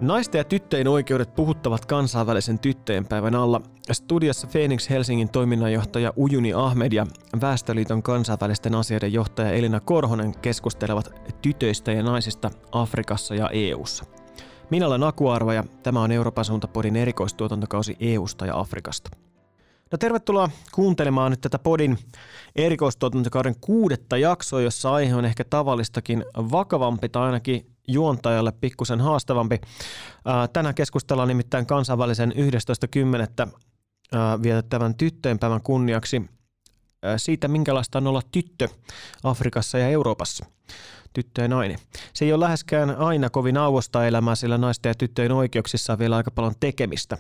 Naisten ja tyttöjen oikeudet puhuttavat kansainvälisen tyttöjen päivän alla. Studiossa Phoenix Helsingin toiminnanjohtaja Ujuni Ahmed ja Väestöliiton kansainvälisten asioiden johtaja Elina Korhonen keskustelevat tytöistä ja naisista Afrikassa ja EU:ssa. Minä olen Aku Arva ja tämä on Euroopan suuntapodin erikoistuotantokausi EU:sta ja Afrikasta. No tervetuloa kuuntelemaan nyt tätä podin erikoistuotantokauden 6. jaksoa, jossa aihe on ehkä tavallistakin vakavampi tai ainakin juontajalle pikkusen haastavampi. Tänään keskustellaan nimittäin kansainvälisen 11.10. Vietettävän tyttöjenpäivän kunniaksi siitä, minkälaista on olla tyttö Afrikassa ja Euroopassa. Tyttö ja nainen. Se ei ole läheskään aina kovin auvoista elämää, sillä naisten ja tyttöjen oikeuksissa on vielä aika paljon tekemistä.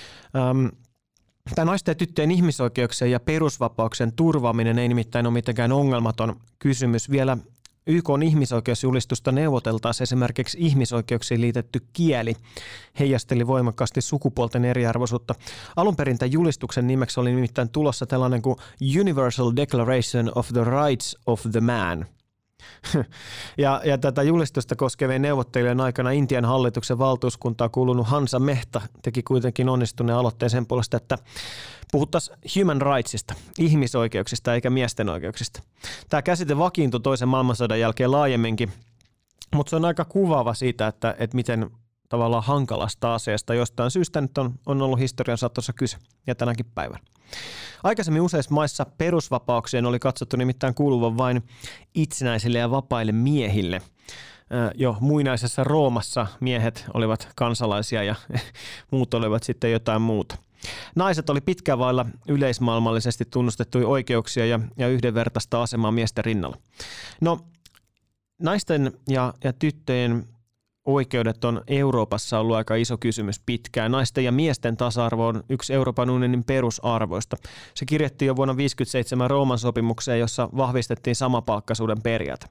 Tämä naisten ja tyttöjen ihmisoikeuksien ja perusvapauksien turvaaminen ei nimittäin ole mitenkään ongelmaton kysymys. Vielä YK:n ihmisoikeusjulistusta neuvoteltaessa esimerkiksi ihmisoikeuksiin liitetty kieli heijasteli voimakkaasti sukupuolten eriarvoisuutta. Alun perin tämän julistuksen nimeksi oli nimittäin tulossa tällainen kuin Universal Declaration of the Rights of the Man. Ja tätä julistusta koskevien neuvottelijoiden aikana Intian hallituksen valtuuskuntaa kuulunut Hansa Mehta teki kuitenkin onnistuneen aloitteen sen puolesta, että puhuttaisiin human rightsista, ihmisoikeuksista eikä miesten oikeuksista. Tämä käsite vakiintui toisen maailmansodan jälkeen laajemminkin, mutta se on aika kuvaava siitä, että miten tavallaan hankalasta asiasta jostain syystä nyt on ollut historian saatossa kyse ja tänäkin päivänä. Aikaisemmin useissa maissa perusvapauksien oli katsottu nimittäin kuuluvan vain itsenäisille ja vapaille miehille. Jo muinaisessa Roomassa miehet olivat kansalaisia ja muut olivat sitten jotain muuta. Naiset oli pitkään vailla yleismaailmallisesti tunnustettuja oikeuksia ja yhdenvertaista asemaa miesten rinnalla. No, naisten ja tyttöjen oikeudet on Euroopassa ollut aika iso kysymys pitkään. Naisten ja miesten tasa-arvo on yksi Euroopan unionin perusarvoista. Se kirjattiin jo vuonna 1957 Rooman sopimukseen, jossa vahvistettiin samapalkkaisuuden periaate.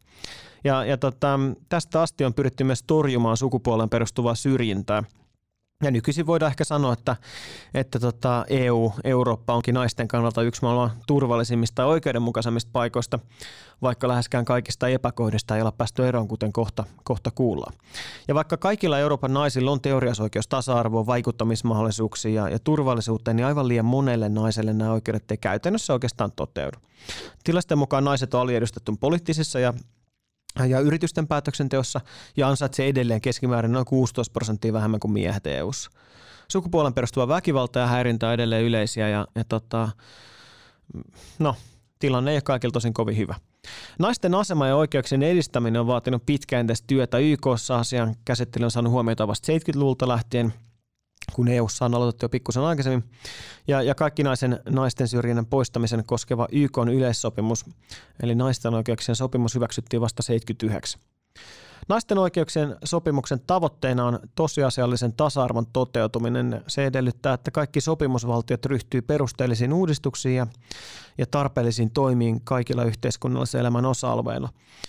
Tästä asti on pyritty myös torjumaan sukupuoleen perustuvaa syrjintää. Ja nykyisin voidaan ehkä sanoa, että Eurooppa onkin naisten kannalta yksi maailman turvallisimmista ja oikeudenmukaisemmista paikoista, vaikka läheskään kaikista epäkohdista ei olla päästy eroon, kuten kohta kuullaan. Ja vaikka kaikilla Euroopan naisilla on teoriassa oikeus tasa-arvoon, vaikuttamismahdollisuuksia ja turvallisuuteen, niin aivan liian monelle naiselle nämä oikeudet ei käytännössä oikeastaan toteudu. Tilasten mukaan naiset on aliedustettu poliittisissa ja yritysten päätöksenteossa ja ansaitsee edelleen keskimäärin noin 16% vähemmän kuin miehet EU:ssa. Sukupuolen perustuva väkivalta ja häirintä on edelleen yleisiä tilanne ei ole kaikilla tosin kovin hyvä. Naisten asema ja oikeuksien edistäminen on vaatinut pitkäjänteistä työtä YK:ssa. Asian käsittely on saanut huomiota vasta 70-luvulta lähtien, kun EU:ssa on aloitettu jo pikkusen aikaisemmin. Ja kaikki naisten syrjinnän poistamisen koskeva YK:n yleissopimus, eli naisten oikeuksien sopimus, hyväksyttiin vasta 1979. Naisten oikeuksien sopimuksen tavoitteena on tosiasiallisen tasa-arvon toteutuminen. Se edellyttää, että kaikki sopimusvaltiot ryhtyy perusteellisiin uudistuksiin ja tarpeellisiin toimiin kaikilla yhteiskunnallisen elämän osa-alueilla.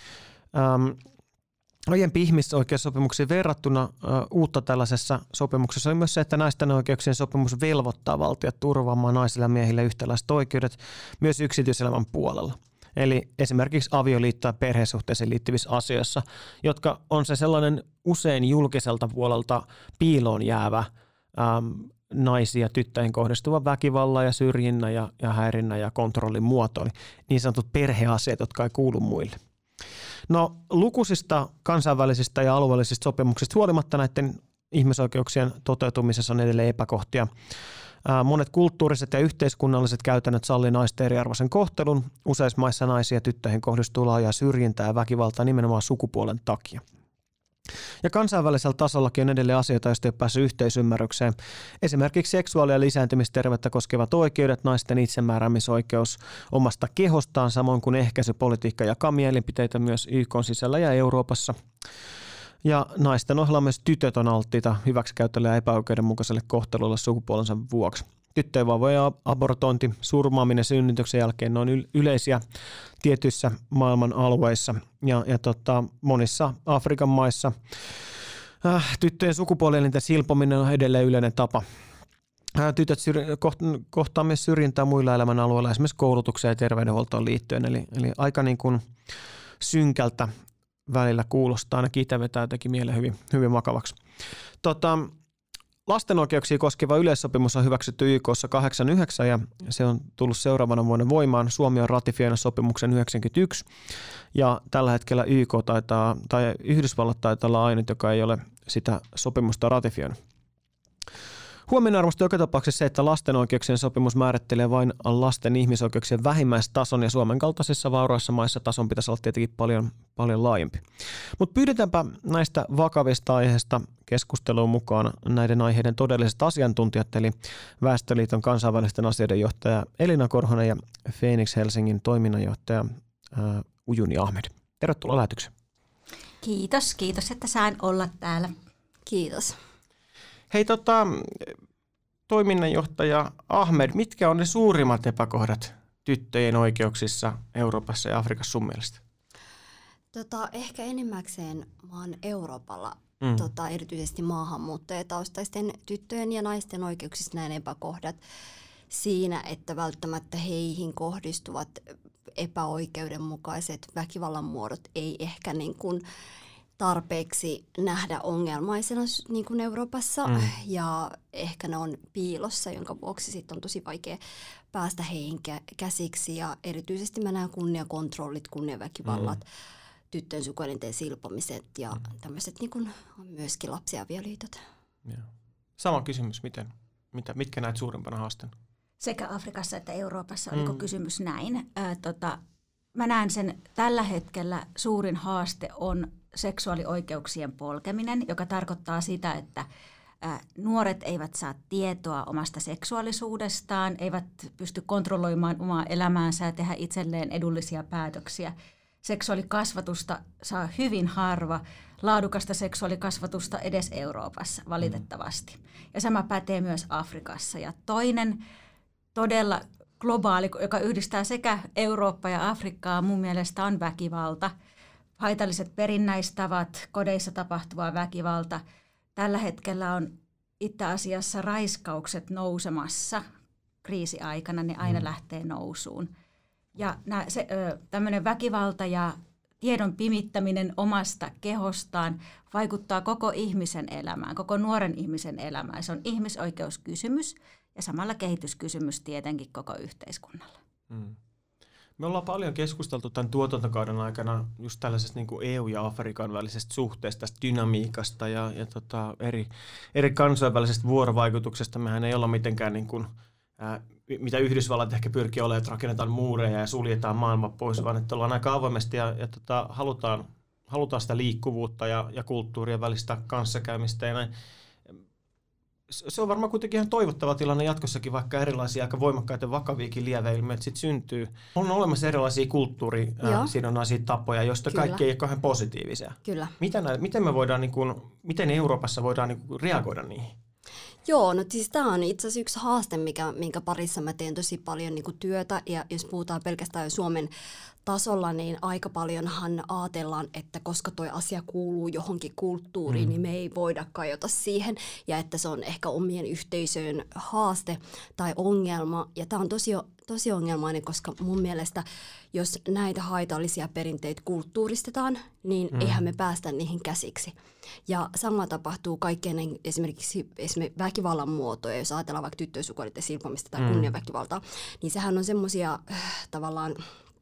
Aiempi ihmisoikeussopimuksiin verrattuna uutta tällaisessa sopimuksessa on myös se, että naisten oikeuksien sopimus velvoittaa valtiot turvaamaan naisille ja miehille yhtäläiset oikeudet myös yksityiselämän puolella. Eli esimerkiksi avioliitto- ja perhesuhteisiin liittyvissä asioissa, jotka on se sellainen usein julkiselta puolelta piiloon jäävä naisiin ja tyttöihin kohdistuva väkivallan ja syrjinnän ja häirinnän ja kontrollin muoto, eli niin sanotut perheasiat, jotka ei kuulu muille. No, lukuisista kansainvälisistä ja alueellisista sopimuksista huolimatta näiden ihmisoikeuksien toteutumisessa on edelleen epäkohtia. Monet kulttuuriset ja yhteiskunnalliset käytännöt sallii naisten eriarvoisen kohtelun. Useissa maissa naisiin ja tyttöihin kohdistuu laajaa syrjintää ja väkivaltaa nimenomaan sukupuolen takia. Ja kansainvälisellä tasollakin on edelleen asioita, joista ei ole päässyt yhteisymmärrykseen. Esimerkiksi seksuaali- ja lisääntymisterveyttä koskevat oikeudet, naisten itsemääräämisoikeus omasta kehostaan, samoin kuin ehkäisypolitiikka jakaa mielipiteitä myös YK:n sisällä ja Euroopassa. Ja naisten ohella myös tytöt on alttiita hyväksikäytölle ja epäoikeudenmukaiselle kohtelulle sukupuolensa vuoksi. Tyttöjen vauvojen abortointi, surmaaminen synnytyksen jälkeen on yleisiä tietyissä maailman alueissa ja monissa Afrikan maissa. Tyttöjen sukupuolielinten silpominen on edelleen yleinen tapa. Tytöt kohtaa myös syrjintää muilla elämän alueilla, esimerkiksi koulutukseen ja terveydenhuoltoon liittyen, eli aika niin kuin synkältä välillä kuulostaa, ainakin itse vetää jotenkin mieleen hyvin vakavaksi. Lasten oikeuksia koskeva yleissopimus on hyväksytty YK:ssa 89 ja se on tullut seuraavana vuonna voimaan. Suomi on ratifioinut sopimuksen 91 ja tällä hetkellä Yhdysvallat taitaa olla ainut, joka ei ole sitä sopimusta ratifioinut. Huomionarvoista joka tapauksessa se, että lasten oikeuksien sopimus määrittelee vain lasten ihmisoikeuksien vähimmäistason ja Suomen kaltaisissa vauraissa maissa tason pitäisi olla tietenkin paljon laajempi. Mutta pyydetäänpä näistä vakavista aiheista keskusteluun mukaan näiden aiheiden todelliset asiantuntijat, eli Väestöliiton kansainvälisten asioiden johtaja Elina Korhonen ja Phoenix Helsingin toiminnanjohtaja Ujuni Ahmed. Tervetuloa lähetykseen. Kiitos, että sain olla täällä. Kiitos. Hei, toiminnanjohtaja Ahmed, mitkä on ne suurimmat epäkohdat tyttöjen oikeuksissa Euroopassa ja Afrikassa sun mielestä? Ehkä enimmäkseen maan Euroopalla, erityisesti maahanmuuttajataustaisten tyttöjen ja naisten oikeuksissa näin epäkohdat siinä, että välttämättä heihin kohdistuvat epäoikeudenmukaiset väkivallan muodot ei ehkä niin kuin tarpeeksi nähdä ongelmaisena niin kuin Euroopassa ja ehkä ne on piilossa, jonka vuoksi sitten on tosi vaikea päästä heihin käsiksi ja erityisesti mä näen kunniakontrollit, kunniaväkivallat, tyttöjen sukuelinten silpomiset ja tämmöiset niin kuin myöskin lapsiavioliitot. Sama kysymys, mitkä näet suurimpana haasteena? Sekä Afrikassa että Euroopassa, oliko kysymys näin? Mä näen sen tällä hetkellä suurin haaste on seksuaalioikeuksien polkeminen, joka tarkoittaa sitä, että nuoret eivät saa tietoa omasta seksuaalisuudestaan, eivät pysty kontrolloimaan omaa elämäänsä ja tehdä itselleen edullisia päätöksiä. Seksuaalikasvatusta saa hyvin harva, laadukasta seksuaalikasvatusta edes Euroopassa valitettavasti. Ja sama pätee myös Afrikassa. Ja toinen todella globaali, joka yhdistää sekä Eurooppaa ja Afrikkaa, mun mielestä on väkivalta. Haitalliset perinnäistavat, kodeissa tapahtuva väkivalta. Tällä hetkellä on itse asiassa raiskaukset nousemassa kriisiaikana, ne aina lähtee nousuun. Ja tämmöinen väkivalta ja tiedon pimittäminen omasta kehostaan vaikuttaa koko ihmisen elämään, koko nuoren ihmisen elämään. Se on ihmisoikeuskysymys ja samalla kehityskysymys tietenkin koko yhteiskunnalle. Me ollaan paljon keskusteltu tämän tuotantokauden aikana just tällaisesta niin kuin EU ja Afrikan välisestä suhteesta, tästä dynamiikasta ja eri kansainvälisestä vuorovaikutuksesta. Mehän ei olla mitenkään, niin kuin, mitä Yhdysvallat ehkä pyrkii olemaan, että rakennetaan muureja ja suljetaan maailma pois, vaan että ollaan aika avoimesti ja halutaan sitä liikkuvuutta ja kulttuurien välistä kanssakäymistä ja näin. Se on varmaan kuitenkin ihan toivottava tilanne jatkossakin, vaikka erilaisia aika voimakkaita vakaviakin lieveilmiöitä sitten syntyy. On olemassa erilaisia kulttuurisidonnaisia tapoja, joista kaikki ei ole kauhean positiivisia. Kyllä. Miten Euroopassa voidaan reagoida niihin? Joo, no siis tämä on itse asiassa yksi haaste, minkä parissa mä teen tosi paljon niin kuin työtä. Ja jos puhutaan pelkästään Suomen tasolla, niin aika paljonhan ajatellaan, että koska toi asia kuuluu johonkin kulttuuriin, niin me ei voida kajota siihen. Ja että se on ehkä omien yhteisöön haaste tai ongelma. Ja tämä on tosi ongelmainen, koska mun mielestä, jos näitä haitallisia perinteitä kulttuuristetaan, niin eihän me päästä niihin käsiksi. Ja sama tapahtuu kaikkien esimerkiksi väkivallan muotoja, jos ajatellaan vaikka tyttöjen sukuelinten silpomista tai kunniaväkivaltaa, niin sehän on semmoisia tavallaan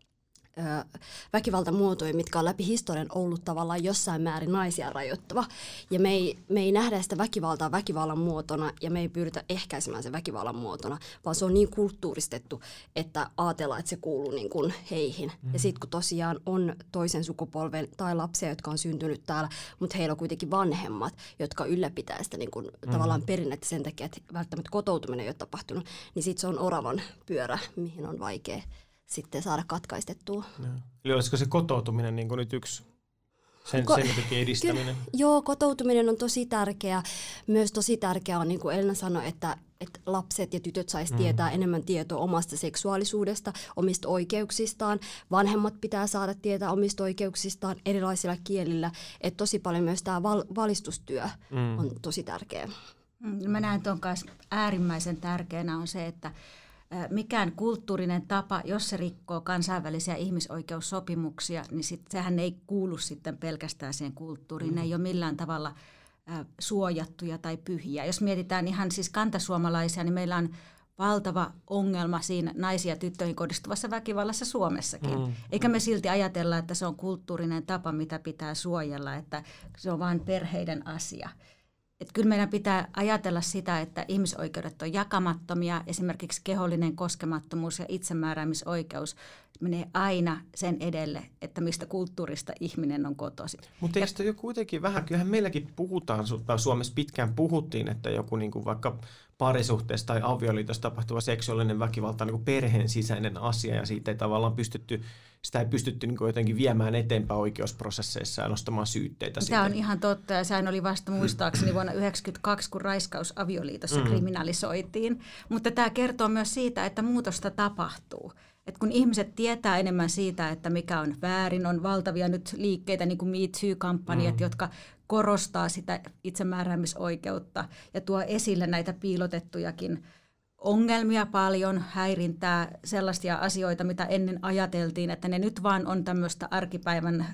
väkivaltamuotoja, mitkä on läpi historian ollut tavallaan jossain määrin naisia rajoittava. Ja me ei nähdä sitä väkivaltaa väkivallan muotona ja me ei pyritä ehkäisemään se väkivallan muotona, vaan se on niin kulttuuristettu, että ajatellaan, että se kuuluu niin kuin heihin. Ja sitten kun tosiaan on toisen sukupolven tai lapsia, jotka on syntynyt täällä, mutta heillä on kuitenkin vanhemmat, jotka ylläpitää sitä niin kuin tavallaan perinnettä sen takia, että välttämättä kotoutuminen ei ole tapahtunut, niin sitten se on oravan pyörä, mihin on vaikea sitten saada katkaistettua. Eli olisiko se kotoutuminen niin kuin nyt yksi sen edistäminen? Joo, kotoutuminen on tosi tärkeää. Myös tosi tärkeää on, niin kuin Elina sanoi, että lapset ja tytöt saisi tietää enemmän tietoa omasta seksuaalisuudesta, omista oikeuksistaan. Vanhemmat pitää saada tietää omista oikeuksistaan erilaisilla kielillä. Että tosi paljon myös tämä valistustyö on tosi tärkeää. Mä näen tuon kanssa äärimmäisen tärkeänä on se, että mikään kulttuurinen tapa, jos se rikkoo kansainvälisiä ihmisoikeussopimuksia, niin sehän ei kuulu sitten pelkästään siihen kulttuuriin. Ne ei ole millään tavalla suojattuja tai pyhiä. Jos mietitään ihan siis kantasuomalaisia, niin meillä on valtava ongelma siinä naisiin ja tyttöihin kohdistuvassa väkivallassa Suomessakin. Eikä me silti ajatella, että se on kulttuurinen tapa, mitä pitää suojella, että se on vain perheiden asia. Että kyllä meidän pitää ajatella sitä, että ihmisoikeudet on jakamattomia, esimerkiksi kehollinen koskemattomuus ja itsemääräämisoikeus menee aina sen edelle, että mistä kulttuurista ihminen on kotoisin. Mutta eikö se jo kuitenkin vähän, kyllähän meilläkin puhutaan, Suomessa pitkään puhuttiin, että joku niin kuin vaikka parisuhteessa tai avioliitossa tapahtuva seksuaalinen väkivalta on niin kuin perheen sisäinen asia ja siitä ei tavallaan sitä ei pystytty niin kuin jotenkin viemään eteenpäin oikeusprosesseissa ja nostamaan syytteitä. Tämä on ihan totta ja sehän oli vasta muistaakseni vuonna 1992, kun raiskaus avioliitossa kriminalisoitiin. Mutta tämä kertoo myös siitä, että muutosta tapahtuu. Et kun ihmiset tietää enemmän siitä, että mikä on väärin, on valtavia nyt liikkeitä, niin kuin Me Too-kampanjat, jotka korostaa sitä itsemääräämisoikeutta ja tuo esille näitä piilotettujakin ongelmia paljon, häirintää, sellaisia asioita, mitä ennen ajateltiin, että ne nyt vaan on tämmöistä arkipäivän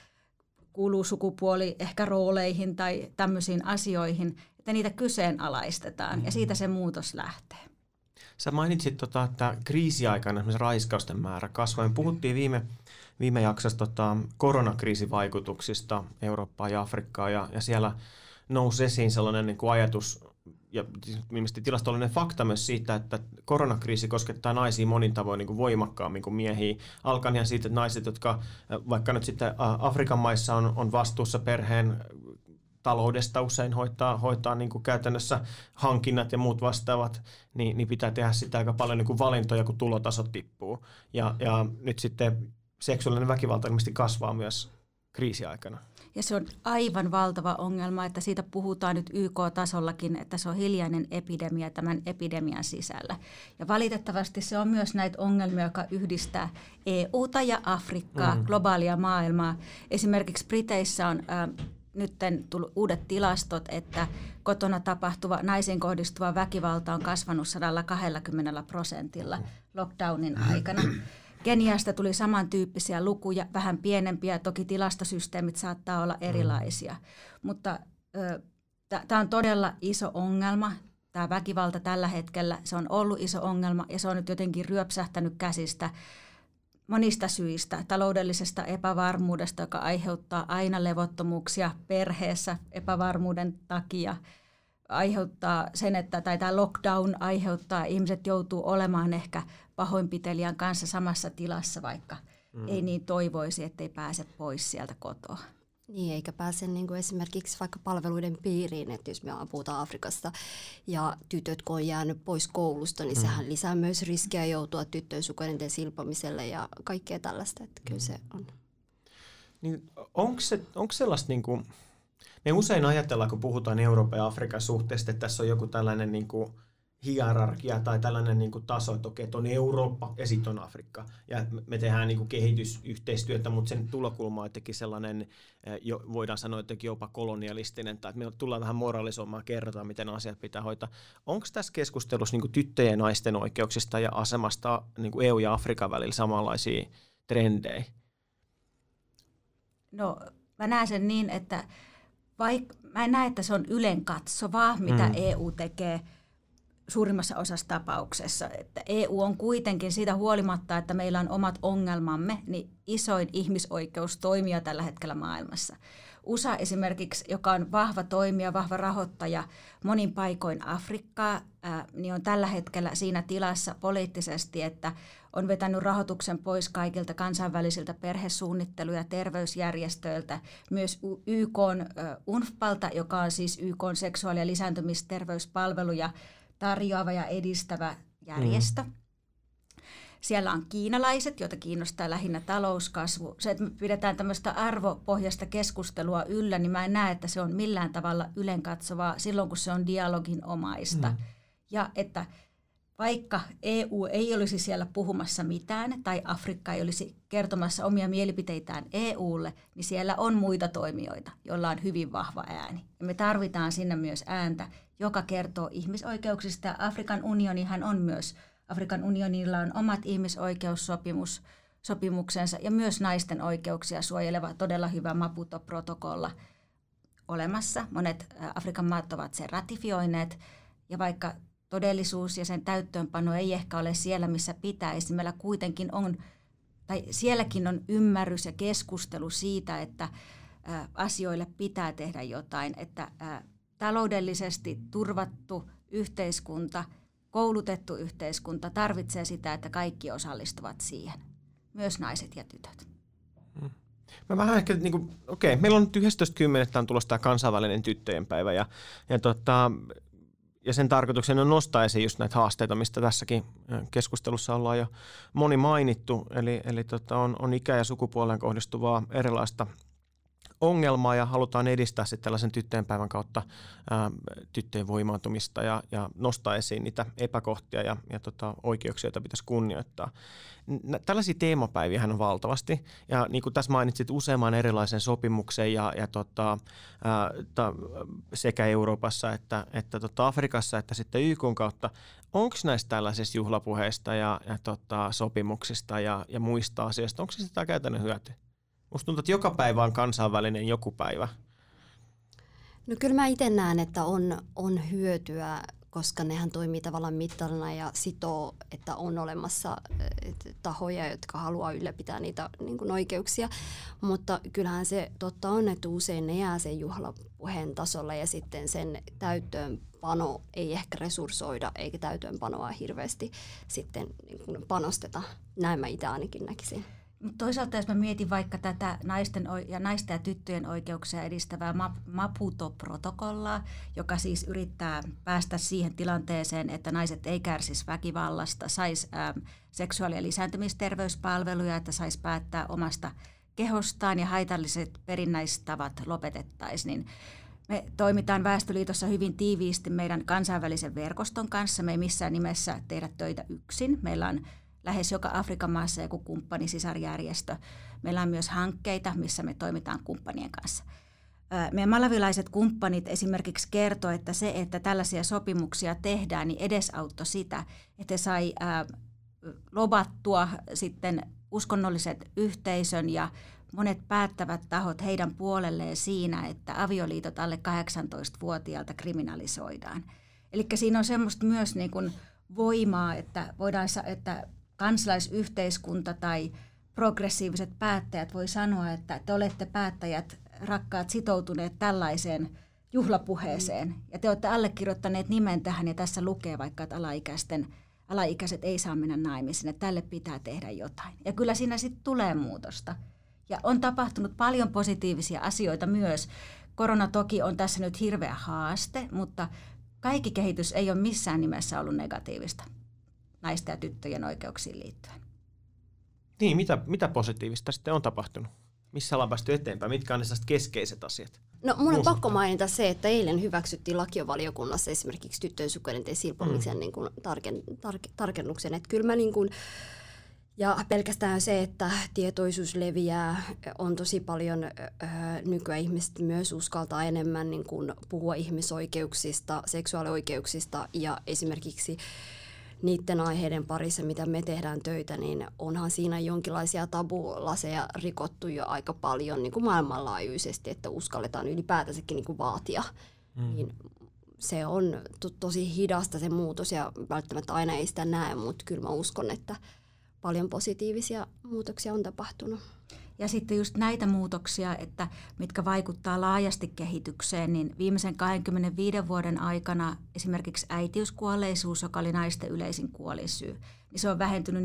kuuluu sukupuoli ehkä rooleihin tai tämmöisiin asioihin, että niitä kyseenalaistetaan ja siitä se muutos lähtee. Sä mainitsit, että kriisiaikana esimerkiksi raiskausten määrä kasvoi. Me puhuttiin viime jaksossa koronakriisin vaikutuksista Eurooppaan ja Afrikkaan ja siellä nousi esiin sellainen niin kuin ajatus ja mielestäni tilastollinen fakta myös siitä, että koronakriisi koskettaa naisia monin tavoin niin kuin voimakkaammin kuin miehiä. Alkaen ihan siitä, että naiset, jotka vaikka nyt sitten Afrikan maissa on vastuussa perheen taloudesta usein hoitaa niin kuin käytännössä hankinnat ja muut vastaavat, niin pitää tehdä sitä aika paljon niin kuin valintoja, kun tulotasot tippuu. Ja nyt sitten seksuaalinen väkivalta ilmeisesti kasvaa myös kriisiaikana. Ja se on aivan valtava ongelma, että siitä puhutaan nyt YK-tasollakin, että se on hiljainen epidemia tämän epidemian sisällä. Ja valitettavasti se on myös näitä ongelmia, joka yhdistää EUta ja Afrikkaa, globaalia maailmaa. Esimerkiksi Briteissä on nyt tullut uudet tilastot, että kotona tapahtuva naisiin kohdistuva väkivalta on kasvanut 120% lockdownin aikana. Keniasta tuli samantyyppisiä lukuja, vähän pienempiä, toki tilastosysteemit saattaa olla erilaisia, mutta tämä on todella iso ongelma. Tämä väkivalta tällä hetkellä, se on ollut iso ongelma ja se on nyt jotenkin ryöpsähtänyt käsistä monista syistä, taloudellisesta epävarmuudesta, joka aiheuttaa aina levottomuuksia perheessä epävarmuuden takia, aiheuttaa sen, että tämä lockdown aiheuttaa, ihmiset joutuu olemaan ehkä pahoinpitelijän kanssa samassa tilassa, vaikka ei niin toivoisi, ettei pääse pois sieltä kotoa. Niin, eikä pääse niin kuin esimerkiksi vaikka palveluiden piiriin, että jos me puhutaan Afrikasta ja tytöt kun on jäänyt pois koulusta, niin sehän lisää myös riskiä joutua tyttöjen sukuelinten silpomiselle ja kaikkea tällaista, että kyllä se on. Niin, onko sellaista, niin kuin, me usein ajatellaan, kun puhutaan Euroopan ja Afrikan suhteesta, että tässä on joku tällainen niin kuin hierarkia tai tällainen niin kuin taso, että okei, että on Eurooppa ja sitten on Afrikka. Ja me tehdään niin kuin kehitysyhteistyötä, mutta sen tulokulma on jotenkin sellainen, voidaan sanoa jotenkin jopa kolonialistinen, tai että me tullaan vähän moralisoimaan, kerrotaan, miten asiat pitää hoitaa. Onko tässä keskustelussa niin kuin tyttöjen ja naisten oikeuksista ja asemasta niin kuin EU ja Afrikan välillä samanlaisia trendejä? No, mä näen sen niin, että mä en näe, että se on ylenkatsovaa, mitä EU tekee suurimmassa osassa tapauksessa. Että EU on kuitenkin siitä huolimatta, että meillä on omat ongelmamme, niin isoin ihmisoikeustoimija tällä hetkellä maailmassa. USA esimerkiksi, joka on vahva toimija, vahva rahoittaja monin paikoin Afrikkaa, niin on tällä hetkellä siinä tilassa poliittisesti, että on vetänyt rahoituksen pois kaikilta kansainvälisiltä perhesuunnittelu- ja terveysjärjestöiltä, myös YK:n UNFPAlta, joka on siis YK:n seksuaali- ja lisääntymisterveyspalveluja tarjoava ja edistävä järjestö. Siellä on kiinalaiset, joita kiinnostaa lähinnä talouskasvu. Se, että me pidetään tämmöistä arvopohjaista keskustelua yllä, niin mä en näe, että se on millään tavalla ylenkatsovaa silloin, kun se on dialogin omaista. Ja että vaikka EU ei olisi siellä puhumassa mitään tai Afrikka ei olisi kertomassa omia mielipiteitään EUlle, niin siellä on muita toimijoita, joilla on hyvin vahva ääni. Ja me tarvitaan sinne myös ääntä, joka kertoo ihmisoikeuksista. Afrikan unionihan on myös, Afrikan unionilla on omat ihmisoikeussopimuksensa ja myös naisten oikeuksia suojeleva todella hyvä Maputo-protokolla olemassa. Monet Afrikan maat ovat sen ratifioineet, ja vaikka todellisuus ja sen täyttöönpano ei ehkä ole siellä, missä pitäisi, meillä kuitenkin on, tai sielläkin on ymmärrys ja keskustelu siitä, että asioille pitää tehdä jotain, että taloudellisesti turvattu yhteiskunta, koulutettu yhteiskunta tarvitsee sitä, että kaikki osallistuvat siihen, myös naiset ja tytöt. Mä vähän ehkä, meillä on nyt 11.10. on tulossa tämä kansainvälinen tyttöjen päivä ja sen tarkoituksena on nostaa esiin just näitä haasteita, mistä tässäkin keskustelussa ollaan jo moni mainittu, eli on ikä- ja sukupuoleen kohdistuvaa erilaista ongelmaa ja halutaan edistää sitten tällaisen tyttöjen päivän kautta tyttöjen voimaantumista ja nostaa esiin niitä epäkohtia ja oikeuksia, joita pitäisi kunnioittaa. Tällaisia teemapäiviähän on valtavasti ja niin kuin tässä mainitsit useamman erilaisen sopimuksen sekä Euroopassa että Afrikassa että sitten YK:n kautta. Onko näistä tällaisista juhlapuheista ja sopimuksista ja muista asioista, onko se sitä käytännön hyötyä? Musta tuntuu, että joka päivä on kansainvälinen joku päivä. No kyllä mä itse näen, että on hyötyä, koska nehän toimii tavallaan mittarina ja sitoo, että on olemassa tahoja, jotka haluaa ylläpitää niitä niin kuin oikeuksia. Mutta kyllähän se totta on, että usein ne jää sen juhlapuheen tasolla ja sitten sen täyttöönpano ei ehkä resurssoida eikä täyttöönpanoa hirveästi sitten niin kuin panosteta. Näin mä itse ainakin näkisin. Toisaalta jos mä mietin vaikka tätä naisten ja tyttöjen oikeuksia edistävää Maputo-protokollaa, joka siis yrittää päästä siihen tilanteeseen, että naiset ei kärsisi väkivallasta, saisi seksuaali- ja lisääntymisterveyspalveluja, että saisi päättää omasta kehostaan ja haitalliset perinnäistavat lopetettaisiin, niin me toimitaan Väestöliitossa hyvin tiiviisti meidän kansainvälisen verkoston kanssa. Me ei missään nimessä tehdä töitä yksin. Meillä on lähes joka Afrikan maassa joku kumppani, sisarjärjestö. Meillä on myös hankkeita, missä me toimitaan kumppanien kanssa. Meidän malavilaiset kumppanit esimerkiksi kertoo, että se, että tällaisia sopimuksia tehdään, niin edesauttoi sitä, että he sai lobattua sitten uskonnolliset yhteisön ja monet päättävät tahot heidän puolelleen siinä, että avioliitot alle 18-vuotiaalta kriminalisoidaan. Eli siinä on semmoista myös niin kuin voimaa, että voidaan, että kansalaisyhteiskunta tai progressiiviset päättäjät voi sanoa, että te olette päättäjät, rakkaat, sitoutuneet tällaiseen juhlapuheeseen. Ja te olette allekirjoittaneet nimen tähän ja tässä lukee vaikka, että alaikäiset ei saa mennä naimisiin, että tälle pitää tehdä jotain. Ja kyllä siinä sitten tulee muutosta. Ja on tapahtunut paljon positiivisia asioita myös. Korona toki on tässä nyt hirveä haaste, mutta kaikki kehitys ei ole missään nimessä ollut negatiivista naisten ja tyttöjen oikeuksiin liittyen. Niin, mitä positiivista sitten on tapahtunut? Missä ollaan päästy eteenpäin? Mitkä on ne keskeiset asiat? No mun on pakko mainita se, että eilen hyväksyttiin lakiovaliokunnassa esimerkiksi tyttöjen sukuelinten silpomisen niin kuin tarkennuksen. Että kyllä mä niin kuin, ja pelkästään se, että tietoisuus leviää, on tosi paljon nykyään ihmiset myös uskaltaa enemmän niin kuin puhua ihmisoikeuksista, seksuaalioikeuksista ja esimerkiksi niiden aiheiden parissa, mitä me tehdään töitä, niin onhan siinä jonkinlaisia tabulaseja rikottu jo aika paljon niin kuin maailmanlaajuisesti, että uskalletaan ylipäätänsäkin niin kuin vaatia. Niin se on tosi hidasta se muutos ja välttämättä aina ei sitä näe, mutta kyllä mä uskon, että paljon positiivisia muutoksia on tapahtunut. Ja sitten just näitä muutoksia, että mitkä vaikuttaa laajasti kehitykseen, niin viimeisen 25 vuoden aikana esimerkiksi äitiyskuolleisuus, joka oli naisten yleisin kuolinsyy, niin se on vähentynyt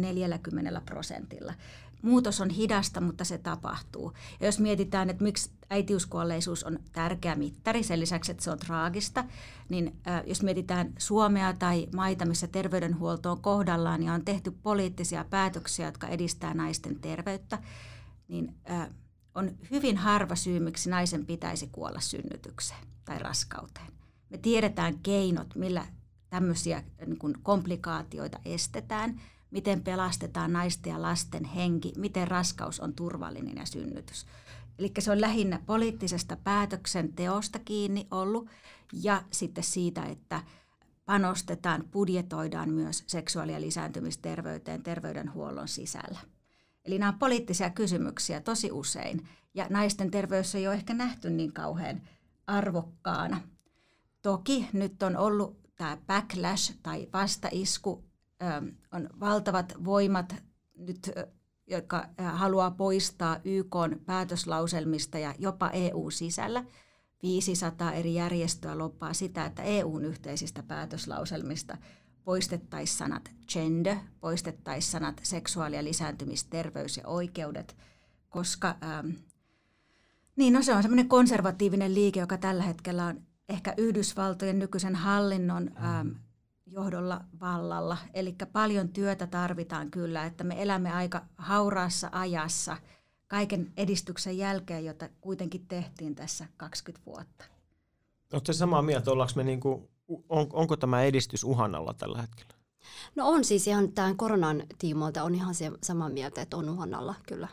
40%. Muutos on hidasta, mutta se tapahtuu. Ja jos mietitään, että miksi äitiyskuolleisuus on tärkeä mittari, sen lisäksi, että se on traagista, niin jos mietitään Suomea tai maita, missä terveydenhuolto on kohdallaan ja on tehty poliittisia päätöksiä, jotka edistää naisten terveyttä, niin on hyvin harva syy, miksi naisen pitäisi kuolla synnytykseen tai raskauteen. Me tiedetään keinot, millä tämmöisiä niin kuin komplikaatioita estetään, miten pelastetaan naisten ja lasten henki, miten raskaus on turvallinen ja synnytys. Eli se on lähinnä poliittisesta päätöksenteosta kiinni ollut ja sitten siitä, että panostetaan, budjetoidaan myös seksuaali- ja lisääntymisterveyteen terveydenhuollon sisällä. Eli nämä on poliittisia kysymyksiä tosi usein, ja naisten terveys ei ole ehkä nähty niin kauhean arvokkaana. Toki nyt on ollut tämä backlash tai vastaisku, on valtavat voimat nyt, jotka haluaa poistaa YK:n päätöslauselmista ja jopa EU-sisällä. 500 eri järjestöä loppaa sitä, että EU:n yhteisistä päätöslauselmista poistettaisiin sanat gender, poistettaisiin sanat seksuaali- ja lisääntymisterveys ja oikeudet, koska se on semmoinen konservatiivinen liike, joka tällä hetkellä on ehkä Yhdysvaltojen nykyisen hallinnon johdolla vallalla. Eli paljon työtä tarvitaan kyllä, että me elämme aika hauraassa ajassa kaiken edistyksen jälkeen, jota kuitenkin tehtiin tässä 20 vuotta. Oletko samaa mieltä, onko tämä edistys uhan alla tällä hetkellä? No on siis ihan tämän koronan tiimoilta on ihan samaa mieltä, että on uhan alla kyllä.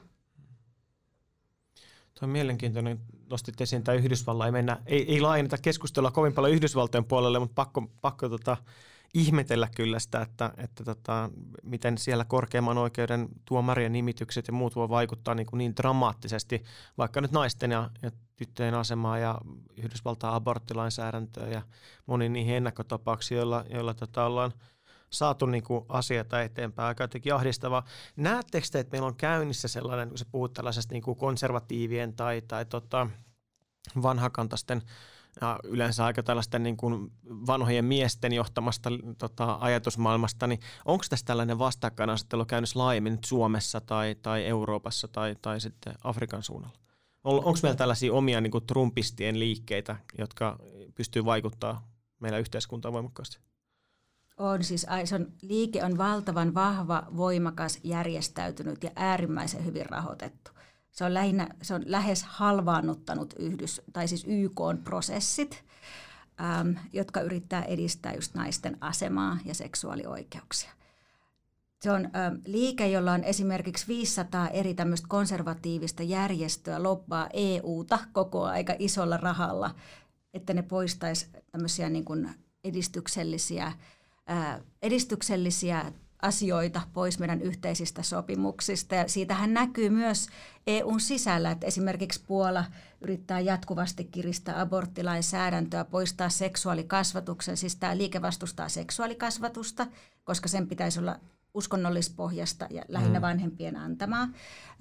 Tuo on mielenkiintoinen, nostit esiin tämä Yhdysvallan, ei laajenneta keskustelua kovin paljon Yhdysvaltojen puolelle, mutta pakko ihmetellä kyllä sitä, että miten siellä korkeimman oikeuden tuomarien nimitykset ja muut voi vaikuttaa niin dramaattisesti, vaikka nyt naisten ja tyttöjen asemaa ja Yhdysvaltain aborttilainsäädäntöä ja moniin niihin ennakkotapauksiin, joilla ollaan saatu asioita eteenpäin, aika jotenkin ahdistavaa. Näettekö te, että meillä on käynnissä sellainen, kun sä puhut tällaisesta konservatiivien tai vanhakantaisten ja yleensä aika tällaisten vanhojen miesten johtamasta ajatusmaailmasta, niin onko tässä tällainen vastakkainasettelu käynnissä laajemmin nyt Suomessa tai Euroopassa tai sitten Afrikan suunnalla? Onko meillä tällaisia omia trumpistien liikkeitä, jotka pystyy vaikuttamaan meidän yhteiskuntaan voimakkaasti? On siis, liike on valtavan vahva, voimakas, järjestäytynyt ja äärimmäisen hyvin rahoitettu. Se on lähes halvaannuttanut YK:n prosessit, jotka yrittää edistää just naisten asemaa ja seksuaalioikeuksia. Se on liike, jolla on esimerkiksi 500 eri tämmöistä konservatiivista järjestöä lobbaa EUta koko aika isolla rahalla, että ne poistaisi tämmöisiä edistyksellisiä asioita pois meidän yhteisistä sopimuksista. Ja siitähän näkyy myös EUn sisällä, että esimerkiksi Puola yrittää jatkuvasti kiristää aborttilainsäädäntöä, poistaa seksuaalikasvatuksen. Siis tämä liike vastustaa seksuaalikasvatusta, koska sen pitäisi olla uskonnollispohjasta ja lähinnä vanhempien antamaa.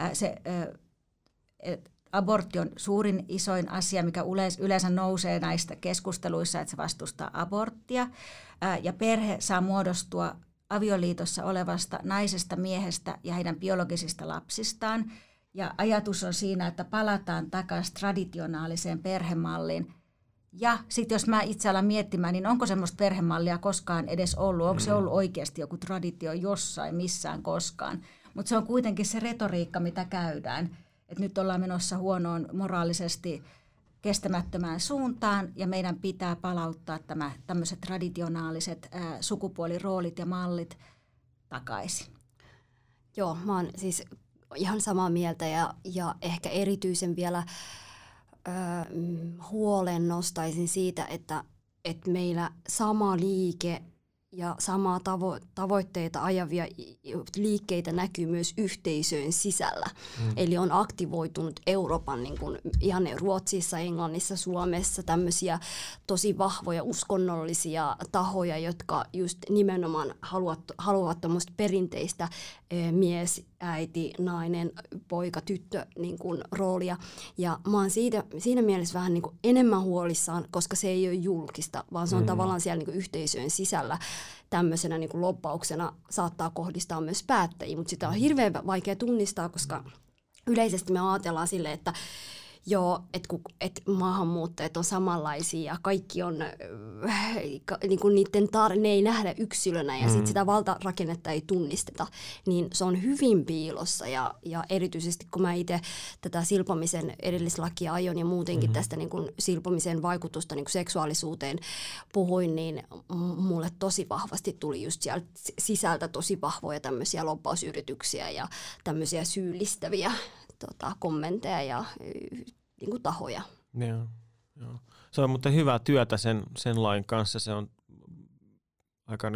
Abortti on isoin asia, mikä yleensä nousee näistä keskusteluissa, että se vastustaa aborttia. Ja perhe saa muodostua avioliitossa olevasta naisesta, miehestä ja heidän biologisista lapsistaan. Ja ajatus on siinä, että palataan takaisin traditionaaliseen perhemalliin. Ja sitten jos mä itse alan miettimään, niin onko semmoista perhemallia koskaan edes ollut? Onko se ollut oikeasti joku traditio jossain, missään koskaan? Mutta se on kuitenkin se retoriikka, mitä käydään. Että nyt ollaan menossa huonoon moraalisesti kestämättömään suuntaan ja meidän pitää palauttaa tämmöiset traditionaaliset sukupuoliroolit ja mallit takaisin. Joo, mä oon siis ihan samaa mieltä ja ehkä erityisen vielä huolen nostaisin siitä, että meillä sama liike ja samaa tavoitteita ajavia liikkeitä näkyy myös yhteisöjen sisällä. Eli on aktivoitunut Euroopan, ihan Ruotsissa, Englannissa, Suomessa tämmöisiä tosi vahvoja uskonnollisia tahoja, jotka just nimenomaan haluavat tämmöistä perinteistä mies, äiti, nainen, poika, tyttö roolia. Ja mä oon siinä mielessä vähän enemmän huolissaan, koska se ei ole julkista, vaan se on tavallaan siellä yhteisöjen sisällä tämmöisenä lobbauksena saattaa kohdistaa myös päättäjiin, mutta sitä on hirveän vaikea tunnistaa, koska yleisesti me ajatellaan silleen, että joo, että maahanmuuttajat on samanlaisia ja kaikki on, ne ei nähdä yksilönä ja sit sitä valtarakennetta ei tunnisteta, niin se on hyvin piilossa ja erityisesti kun mä itse tätä silpomisen edellislakia ajoin ja muutenkin tästä silpomisen vaikutusta seksuaalisuuteen puhuin, niin mulle tosi vahvasti tuli just sieltä sisältä tosi vahvoja tämmöisiä lobbausyrityksiä ja tämmöisiä syyllistäviä kommentteja ja tahoja. Joo. Se on mutta hyvää työtä sen lain kanssa. Se on aika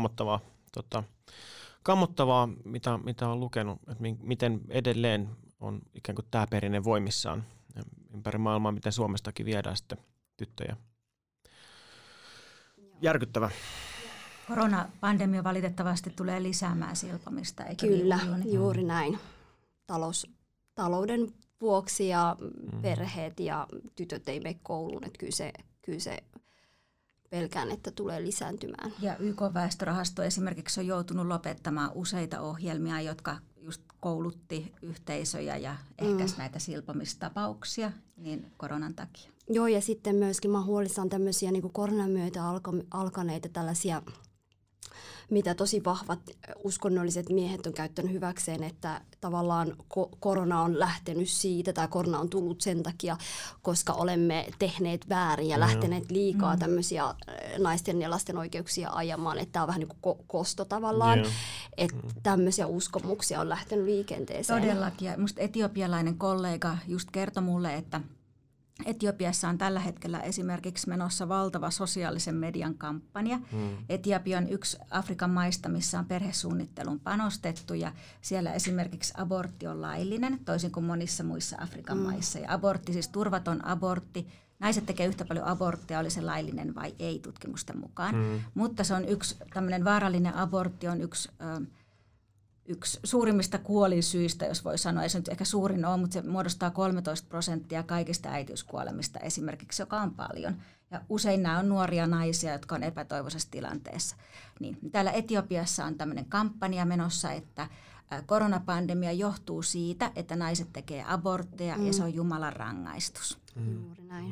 kammottavaa mitä on lukenut, että miten edelleen on ikään kuin tämä perinne voimissaan ympäri maailmaa, miten Suomestakin viedään sitten tyttöjä. Järkyttävä. Koronapandemia valitettavasti tulee lisäämään silpomista, eikö Kyllä, niin? juuri näin. Talouden vuoksi ja perheet ja tytöt ei mene kouluun, että kyllä se pelkään, että tulee lisääntymään. Ja YK-väestörahasto esimerkiksi on joutunut lopettamaan useita ohjelmia, jotka just koulutti yhteisöjä ja ehkäisi näitä silpomistapauksia niin koronan takia. Joo, ja sitten myöskin mä huolissaan tämmöisiä niin kuin koronan myötä alkaneita tällaisia, mitä tosi vahvat uskonnolliset miehet on käyttänyt hyväkseen, että tavallaan korona on lähtenyt siitä tai korona on tullut sen takia, koska olemme tehneet väärin ja lähteneet liikaa tämmöisiä naisten ja lasten oikeuksia ajamaan, että tämä on vähän niin kuin kosto tavallaan, että tämmöisiä uskomuksia on lähtenyt liikenteeseen. Todellakin, ja musta etiopialainen kollega just kertoi mulle, että Etiopiassa on tällä hetkellä esimerkiksi menossa valtava sosiaalisen median kampanja. Etiopia on yksi Afrikan maista, missä on perhesuunnitteluun panostettu ja siellä esimerkiksi abortti on laillinen, toisin kuin monissa muissa Afrikan maissa. Ja abortti, siis turvaton abortti, naiset tekee yhtä paljon aborttia, oli se laillinen vai ei tutkimusten mukaan. Mutta se on yksi, tämmöinen vaarallinen abortti on yksi suurimmista kuolinsyistä, jos voi sanoa, ei se nyt ehkä suurin ole, mutta se muodostaa 13% kaikista äitiyskuolemista esimerkiksi, joka on paljon. Ja usein nämä on nuoria naisia, jotka on epätoivoisessa tilanteessa. Niin, täällä Etiopiassa on tämmöinen kampanja menossa, että koronapandemia johtuu siitä, että naiset tekee abortteja ja se on Jumalan rangaistus. Juuri näin.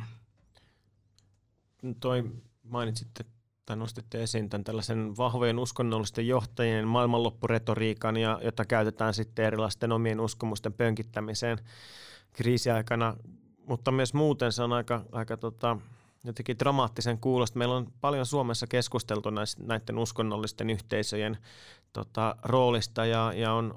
Mainitsitte tai nostitte esiin tämän tällaisen vahvojen uskonnollisten johtajien maailmanloppuretoriikan, jota käytetään sitten erilaisten omien uskomusten pönkittämiseen kriisiaikana, mutta myös muuten se on aika jotenkin dramaattisen kuulosta. Meillä on paljon Suomessa keskusteltu näiden uskonnollisten yhteisöjen roolista ja on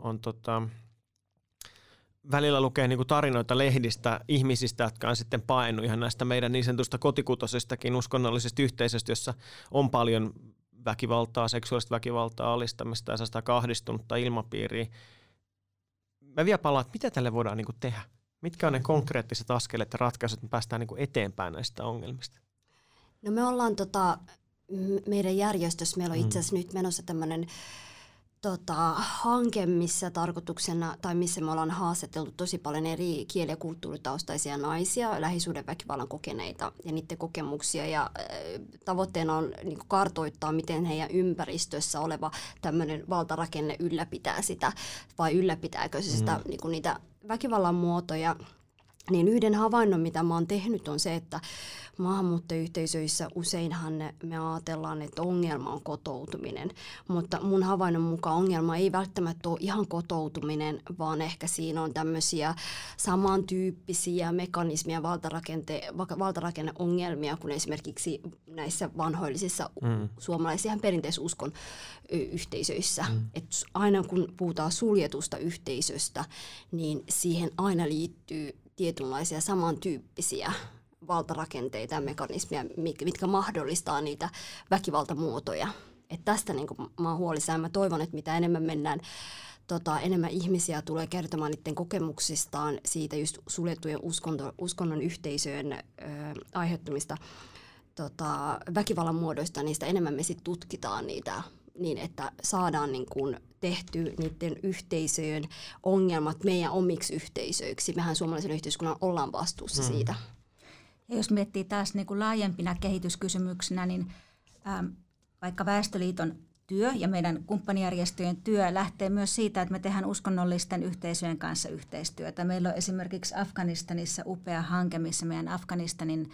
välillä lukee niin kuin tarinoita lehdistä ihmisistä, jotka on sitten paennut ihan näistä meidän niin sanotusta kotikutoisistakin uskonnollisista yhteisöistä, jossa on paljon väkivaltaa, seksuaalista väkivaltaa, alistamista ja sitä kahdistunutta ilmapiiriä. Mä vielä palaan, että mitä tälle voidaan niin kuin tehdä? Mitkä on ne konkreettiset askeleet ja ratkaisut, että me päästään niin kuin eteenpäin näistä ongelmista? No me ollaan meidän järjestössä, meillä on itse asiassa nyt menossa tämmöinen hanke, missä tarkoituksena, tai missä me ollaan haastateltu tosi paljon eri kieli- ja kulttuuritaustaisia naisia, lähisuhdeväkivallan kokeneita ja niiden kokemuksia. Ja tavoitteena on niin kuin kartoittaa, miten heidän ympäristössä oleva tämmöinen valtarakenne ylläpitää sitä, vai ylläpitääkö se sitä, niin kuin niitä väkivallan muotoja. Niin yhden havainnon, mitä mä oon tehnyt, on se, että maahanmuuttajayhteisöissä useinhan me ajatellaan, että ongelma on kotoutuminen, mutta mun havainnon mukaan ongelma ei välttämättä ole ihan kotoutuminen, vaan ehkä siinä on tämmöisiä samantyyppisiä mekanismia, valtarakenneongelmia kuin esimerkiksi näissä vanhoillisissa suomalaisissa perinteisuskon yhteisöissä. Et aina kun puhutaan suljetusta yhteisöstä, niin siihen aina liittyy tietynlaisia samantyyppisiä valtarakenteita ja mekanismeja, mitkä mahdollistaa niitä väkivaltamuotoja. Et tästä niin kun mä oon huolissaan. Mä toivon, että mitä enemmän mennään, enemmän ihmisiä tulee kertomaan niiden kokemuksistaan siitä just suljettujen uskonnon yhteisöjen aiheuttamista väkivallan muodoista, niistä enemmän me sitten tutkitaan niitä niin, että saadaan niin kun tehty niiden yhteisöjen ongelmat meidän omiksi yhteisöiksi. Mehän suomalaisen yhteiskunnan ollaan vastuussa siitä. Ja jos miettii taas niin kuin laajempina kehityskysymyksinä, niin vaikka Väestöliiton työ ja meidän kumppanijärjestöjen työ lähtee myös siitä, että me tehdään uskonnollisten yhteisöjen kanssa yhteistyötä. Meillä on esimerkiksi Afganistanissa upea hanke, missä meidän Afganistanin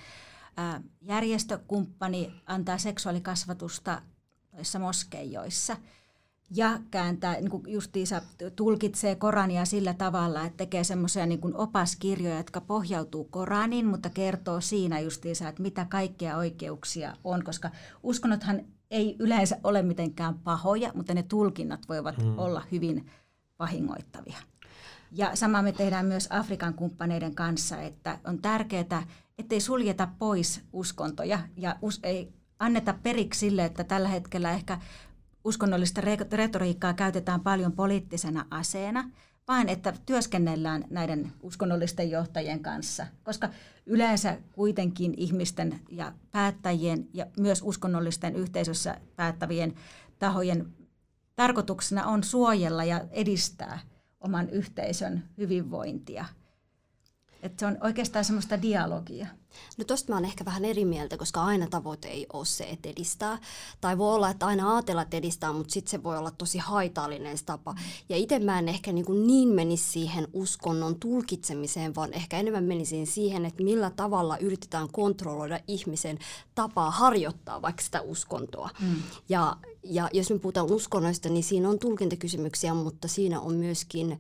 järjestökumppani antaa seksuaalikasvatusta noissa moskeijoissa ja kääntää, niin kuin justiinsa tulkitsee Korania sillä tavalla, että tekee semmoisia niin kuin opaskirjoja, jotka pohjautuu Koraniin, mutta kertoo siinä justiinsa, että mitä kaikkea oikeuksia on, koska uskonnothan ei yleensä ole mitenkään pahoja, mutta ne tulkinnat voivat olla hyvin vahingoittavia. Ja sama me tehdään myös Afrikan kumppaneiden kanssa, että on tärkeää, ettei suljeta pois uskontoja ja ei anneta periksi sille, että tällä hetkellä ehkä uskonnollista retoriikkaa käytetään paljon poliittisena aseena, vaan että työskennellään näiden uskonnollisten johtajien kanssa, koska yleensä kuitenkin ihmisten ja päättäjien ja myös uskonnollisten yhteisössä päättävien tahojen tarkoituksena on suojella ja edistää oman yhteisön hyvinvointia. Että se on oikeastaan semmoista dialogia. No tosta mä oon ehkä vähän eri mieltä, koska aina tavoite ei ole se, että edistää. Tai voi olla, että aina ajatellaan, että edistää, mutta sitten se voi olla tosi haitallinen tapa. Ja itse mä en ehkä niin menisi siihen uskonnon tulkitsemiseen, vaan ehkä enemmän menisin siihen, että millä tavalla yritetään kontrolloida ihmisen tapaa harjoittaa vaikka sitä uskontoa. Ja jos me puhutaan uskonnoista, niin siinä on tulkintakysymyksiä, mutta siinä on myöskin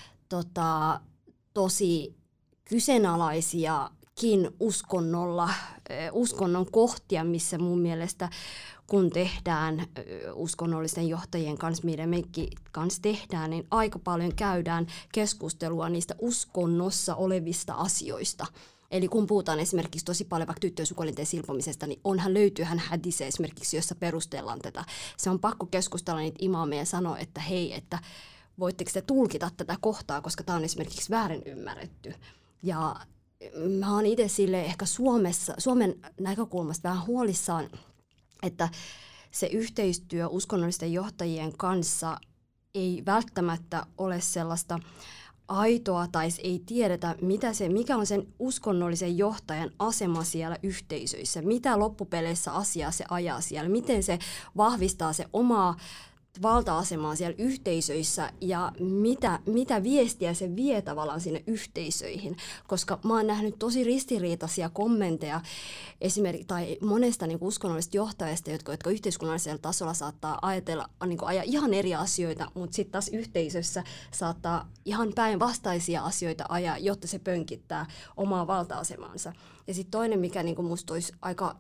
tosi kyseenalaisiakin uskonnon kohtia, missä mun mielestä kun tehdään uskonnollisten johtajien kanssa, meidän mekin kanssa tehdään, niin aika paljon käydään keskustelua niistä uskonnossa olevista asioista. Eli kun puhutaan esimerkiksi tosi paljon vaikka tyttöjen sukuelinten silpomisesta, niin löytyyhän hadise esimerkiksi, jossa perustellaan tätä. Se on pakko keskustella niitä imaameja ja sanoa, että hei, että voitteko te tulkita tätä kohtaa, koska tämä on esimerkiksi väärin ymmärretty. Ja mä oon itse sille ehkä Suomen näkökulmasta vähän huolissaan, että se yhteistyö uskonnollisten johtajien kanssa ei välttämättä ole sellaista aitoa tai ei tiedetä, mikä on sen uskonnollisen johtajan asema siellä yhteisöissä, mitä loppupeleissä asiaa se ajaa siellä, miten se vahvistaa se omaa valta-asemaa siellä yhteisöissä ja mitä viestiä se vie tavallaan sinne yhteisöihin, koska mä oon nähnyt tosi ristiriitaisia kommentteja esimerkiksi tai monesta niin uskonnollisesta johtajasta, jotka yhteiskunnallisella tasolla saattaa ajatella ajaa ihan eri asioita, mutta sitten taas yhteisössä saattaa ihan päinvastaisia asioita ajaa, jotta se pönkittää omaa valta-asemaansa. Ja sitten toinen, mikä musta olisi aika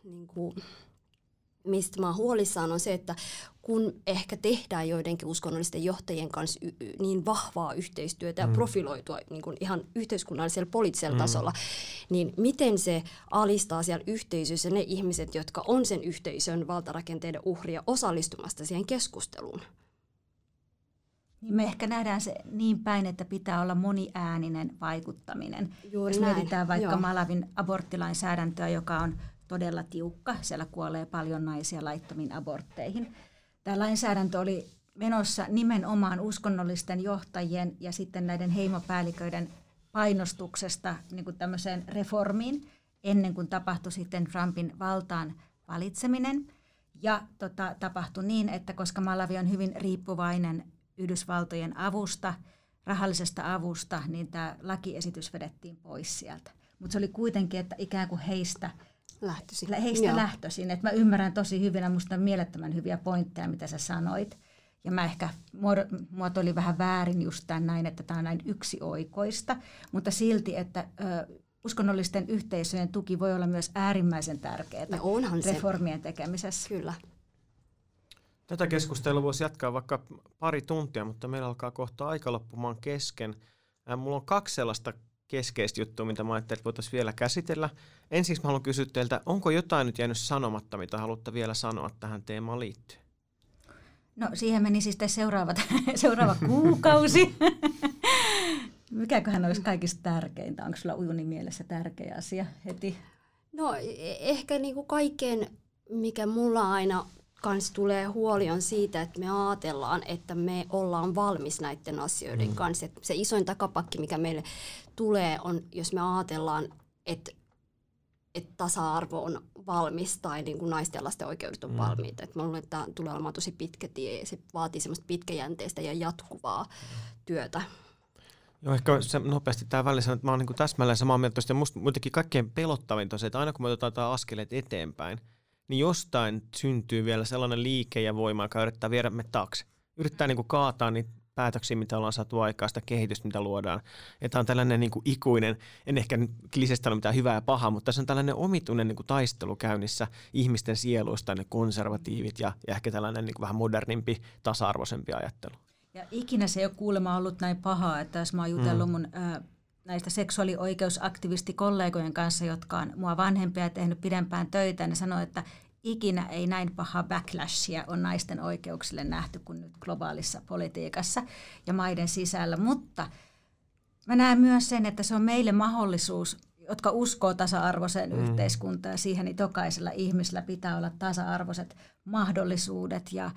mistä mä oon huolissaan, on se, että kun ehkä tehdään joidenkin uskonnollisten johtajien kanssa niin vahvaa yhteistyötä ja profiloitua niin kuin ihan yhteiskunnallisella poliittisella tasolla, niin miten se alistaa siellä yhteisössä ne ihmiset, jotka on sen yhteisön valtarakenteiden uhria osallistumasta siihen keskusteluun? Niin me ehkä nähdään se niin päin, että pitää olla moniääninen vaikuttaminen. Juuri jos näin. mietitään vaikka Malawin aborttilainsäädäntöä, joka on todella tiukka, siellä kuolee paljon naisia laittomiin abortteihin. Tämä lainsäädäntö oli menossa nimenomaan uskonnollisten johtajien ja sitten näiden heimopäälliköiden painostuksesta niin kuin tämmöiseen reformiin, ennen kuin tapahtui sitten Trumpin valtaan valitseminen. Ja tapahtui niin, että koska Malawi on hyvin riippuvainen Yhdysvaltojen avusta, rahallisesta avusta, niin tämä lakiesitys vedettiin pois sieltä. Mutta se oli kuitenkin, että ikään kuin heistä lähtöisin. Että mä ymmärrän tosi hyvin, ja musta on mielettömän hyviä pointteja, mitä sä sanoit. Ja mä ehkä muotoilin vähän väärin just tämän näin, että tämä on näin yksioikoista, mutta silti, että uskonnollisten yhteisöjen tuki voi olla myös äärimmäisen tärkeää reformien tekemisessä. Kyllä. Tätä keskustelua voisi jatkaa vaikka pari tuntia, mutta meillä alkaa kohta aika loppumaan kesken. Mulla on 2 sellaista keskeistä juttua, mitä mä ajattelin, että voitaisiin vielä käsitellä. Ensiksi mä haluan kysyä teiltä, onko jotain nyt jäänyt sanomatta, mitä haluatte vielä sanoa tähän teemaan liittyen? No siihen meni sitten seuraava kuukausi. Mikäköhän olisi kaikista tärkeintä? Onko sulla ujuni mielessä tärkeä asia heti? No ehkä niinku kaikkein, mikä mulla aina kanssa tulee huoli on siitä, että me ajatellaan, että me ollaan valmis näiden asioiden kanssa. Että se isoin takapakki, mikä meille tulee, on, jos me ajatellaan, että tasa-arvo on valmis tai niin kuin naisten ja lasten oikeudet on valmiita. Että mä luulen, että tämä tulee olemaan tosi pitkä tie ja se vaatii semmoista pitkäjänteistä ja jatkuvaa työtä. Joo, ehkä se nopeasti tämä väliin sanon, että mä oon niin täsmälleen samaa mieltä tuosta. Ja musta muutenkin kaikkein pelottavinta on se, että aina kun me otetaan askeleet eteenpäin, niin jostain syntyy vielä sellainen liike ja voima, joka yrittää viedä me taakse. Yrittää niin kuin kaataa niitä päätöksiä, mitä ollaan saatu aikaa, sitä kehitystä, mitä luodaan. Ja tämä on tällainen niin kuin ikuinen, en ehkä nyt kliseistä ole mitään hyvää ja pahaa, mutta tässä on tällainen omituinen niin kuin taistelu käynnissä ihmisten sieluista, ne konservatiivit ja ehkä tällainen niin kuin vähän modernimpi, tasa-arvoisempi ajattelu. Ja ikinä se ei ole kuulemma ollut näin pahaa, että jos mä oon jutellut mun näistä seksuaalioikeusaktivistikollegojen kanssa, jotka on mua vanhempia ja tehnyt pidempään töitä, ne sanoo, että ikinä ei näin paha backlashia on naisten oikeuksille nähty kuin nyt globaalissa politiikassa ja maiden sisällä, mutta mä näen myös sen, että se on meille mahdollisuus, jotka uskoo tasa-arvoiseen yhteiskuntaan ja siihen, että jokaisella ihmisellä pitää olla tasa-arvoiset mahdollisuudet ja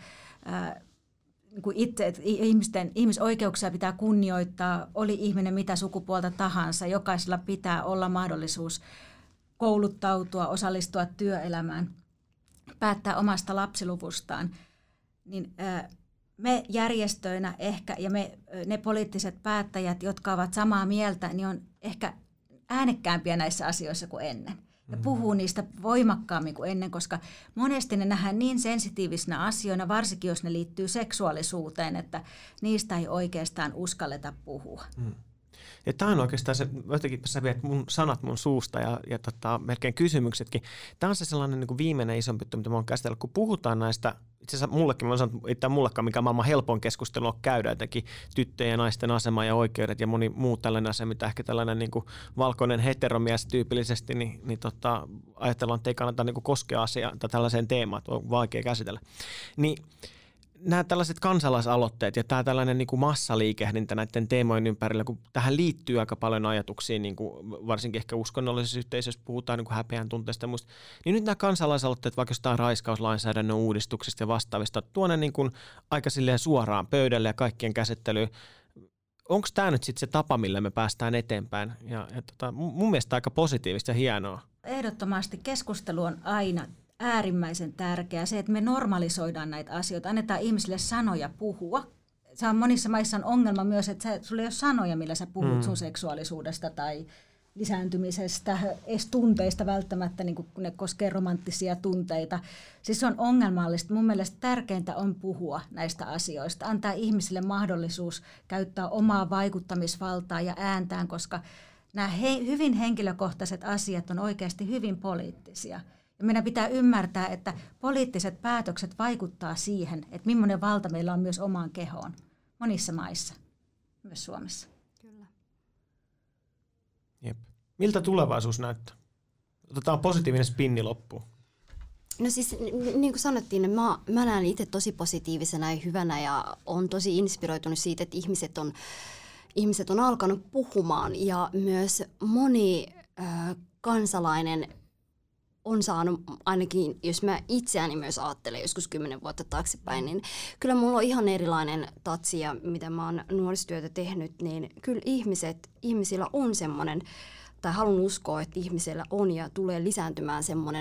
ihmisoikeuksia pitää kunnioittaa, oli ihminen mitä sukupuolta tahansa, jokaisella pitää olla mahdollisuus kouluttautua, osallistua työelämään, päättää omasta lapsiluvustaan, niin me järjestöinä ehkä ja ne poliittiset päättäjät, jotka ovat samaa mieltä, niin on ehkä äänekkäämpiä näissä asioissa kuin ennen. Ja puhuu niistä voimakkaammin kuin ennen, koska monesti ne nähdään niin sensitiivisinä asioina, varsinkin jos ne liittyy seksuaalisuuteen, että niistä ei oikeastaan uskalleta puhua. Ja tämä on oikeastaan se, jotenkin sä viet sanat mun suusta ja melkein kysymyksetkin. Tämä on se sellainen niin kuin viimeinen isompi juttu, mitä mä oon käsitellyt, kun puhutaan näistä, itse asiassa mullekin, mä sanon, että mullekaan mikä maailman helpoin keskustelu on käydä, jotenkin tyttöjen ja naisten asema ja oikeudet ja moni muu tällainen asia, mitä ehkä tällainen niin kuin valkoinen heteromies tyypillisesti, niin ajatellaan, että ei kannata niin kuin koskea asiaan tai tällaiseen teemaan, että on vaikea käsitellä. Niin nämä tällaiset kansalaisaloitteet ja tämä tällainen niin kuin massaliikehdintä näiden teemojen ympärillä, kun tähän liittyy aika paljon ajatuksia, niin kuin varsinkin ehkä uskonnollisessa yhteisössä puhutaan niin kuin häpeän tunteista ja muista, niin nyt nämä kansalaisaloitteet vaikka jostain raiskauslainsäädännön uudistuksista ja vastaavista, tuonne niin kuin aika silleen suoraan pöydälle ja kaikkien käsittelyyn. Onko tämä nyt sitten se tapa, millä me päästään eteenpäin? Mun mielestä aika positiivista ja hienoa. Ehdottomasti keskustelu on aina äärimmäisen tärkeää. Se, että me normalisoidaan näitä asioita, annetaan ihmisille sanoja puhua. Se on monissa maissa on ongelma myös, että sulla ei ole sanoja, millä sä puhut sun seksuaalisuudesta tai lisääntymisestä, edes tunteista välttämättä, niin kun ne koskee romanttisia tunteita. Siis se on ongelmallista. Mun mielestä tärkeintä on puhua näistä asioista, antaa ihmisille mahdollisuus käyttää omaa vaikuttamisvaltaa ja ääntään, koska nämä hyvin henkilökohtaiset asiat on oikeasti hyvin poliittisia. Ja meidän pitää ymmärtää, että poliittiset päätökset vaikuttaa siihen, että millainen valta meillä on myös omaan kehoon. Monissa maissa, myös Suomessa. Kyllä. Jep. Miltä tulevaisuus näyttää? Otetaan positiivinen spinni loppuun. No siis niin kuin sanottiin, niin mä näen itse tosi positiivisena ja hyvänä ja on tosi inspiroitunut siitä, että ihmiset on alkanut puhumaan ja myös moni kansalainen on saanut, ainakin jos mä itseäni myös ajattelen joskus 10 vuotta taaksepäin, niin kyllä mulla on ihan erilainen tatsi ja mitä mä oon nuorisotyötä tehnyt, niin kyllä ihmisillä on semmoinen, tai haluan uskoa, että ihmisillä on ja tulee lisääntymään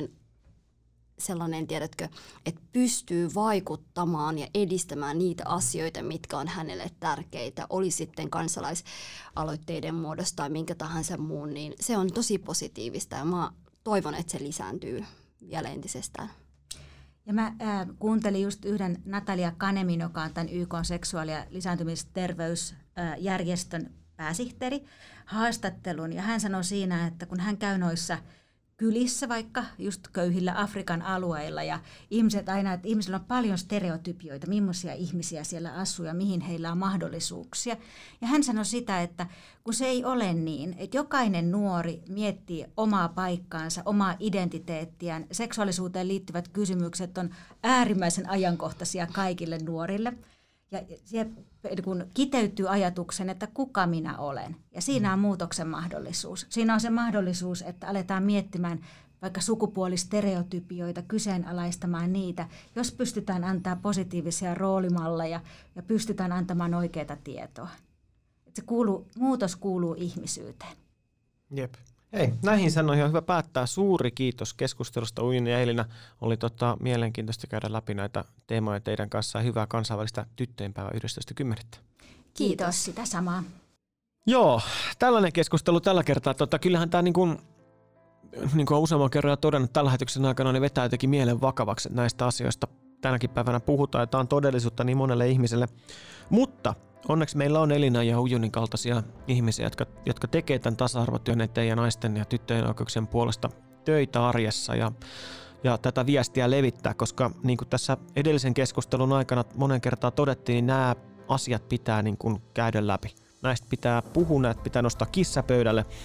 sellainen, tiedätkö, että pystyy vaikuttamaan ja edistämään niitä asioita, mitkä on hänelle tärkeitä, oli sitten kansalaisaloitteiden muodosta tai minkä tahansa muun, niin se on tosi positiivista ja mä toivon, että se lisääntyy vielä entisestään. Ja mä kuuntelin just yhden Natalia Kanemin, joka on tämän YK:n seksuaali- ja lisääntymisterveysjärjestön pääsihteeri, haastattelun. Ja hän sanoi siinä, että kun hän käy noissa kylissä vaikka just köyhillä Afrikan alueilla ja ihmiset aina, että ihmisillä on paljon stereotypioita, millaisia ihmisiä siellä asuu ja mihin heillä on mahdollisuuksia. Ja hän sanoi sitä, että kun se ei ole niin, että jokainen nuori miettii omaa paikkaansa, omaa identiteettiään, seksuaalisuuteen liittyvät kysymykset on äärimmäisen ajankohtaisia kaikille nuorille. Ja se kun kiteytyy ajatuksen, että kuka minä olen. Ja siinä on muutoksen mahdollisuus. Siinä on se mahdollisuus, että aletaan miettimään vaikka sukupuolistereotypioita, kyseenalaistamaan niitä, jos pystytään antaa positiivisia roolimalleja ja pystytään antamaan oikeaa tietoa. Että muutos kuuluu ihmisyyteen. Jep. Hei, näihin sanoihin on hyvä päättää. Suuri kiitos keskustelusta Ujuni ja Elina. Oli mielenkiintoista käydä läpi näitä teemoja teidän kanssa. Hyvää kansainvälistä tyttöjenpäivää 11.10. Kiitos, sitä samaa. Joo, tällainen keskustelu tällä kertaa. Kyllähän tämä niin kuin on useamman kerran jo todennut tällä lähetyksen aikana, niin vetää jotenkin mielen vakavaksi näistä asioista. Tänäkin päivänä puhutaan, että tämä on todellisuutta niin monelle ihmiselle. Mutta onneksi meillä on Elina ja Ujunin kaltaisia ihmisiä, jotka tekee tämän tasa-arvotyön eteen ja naisten ja tyttöjen oikeuksien puolesta töitä arjessa ja tätä viestiä levittää, koska niin kuin tässä edellisen keskustelun aikana monen kertaa todettiin, niin nämä asiat pitää niin kuin käydä läpi. Näistä pitää puhua, näitä pitää nostaa kissapöydälle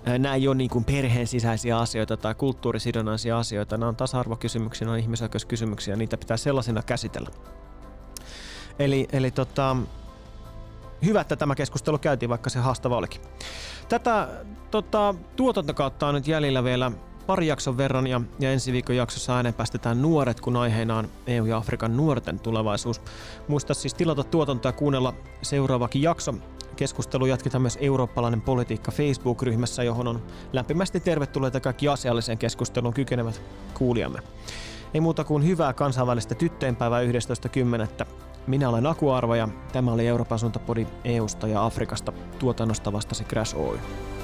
nämä ei ole niin kuin perheen sisäisiä asioita tai kulttuurisidonnaisia asioita. Nämä on tasa-arvokysymyksiä, nämä on ihmisoikeuskysymyksiä ja niitä pitää sellaisina käsitellä. Eli hyvä, että tämä keskustelu käytiin, vaikka se haastava olikin. Tätä tuotantokautta on nyt jäljellä vielä pari jakson verran ja ensi viikon jaksossa ääneen päästetään nuoret, kun aiheena on EU ja Afrikan nuorten tulevaisuus. Muista siis tilata tuotantoa ja kuunnella seuraavakin jakso. Keskustelu jatketaan myös Eurooppalainen politiikka Facebook-ryhmässä, johon on lämpimästi tervetulleita kaikki asialliseen keskusteluun kykenevät kuulijamme. Ei muuta kuin hyvää kansainvälistä tyttöjenpäivää 11.10. Minä olen Aku Arva ja tämä oli Euroopan suuntapodi EUsta ja Afrikasta. Tuotannosta vastasi Crash Oy.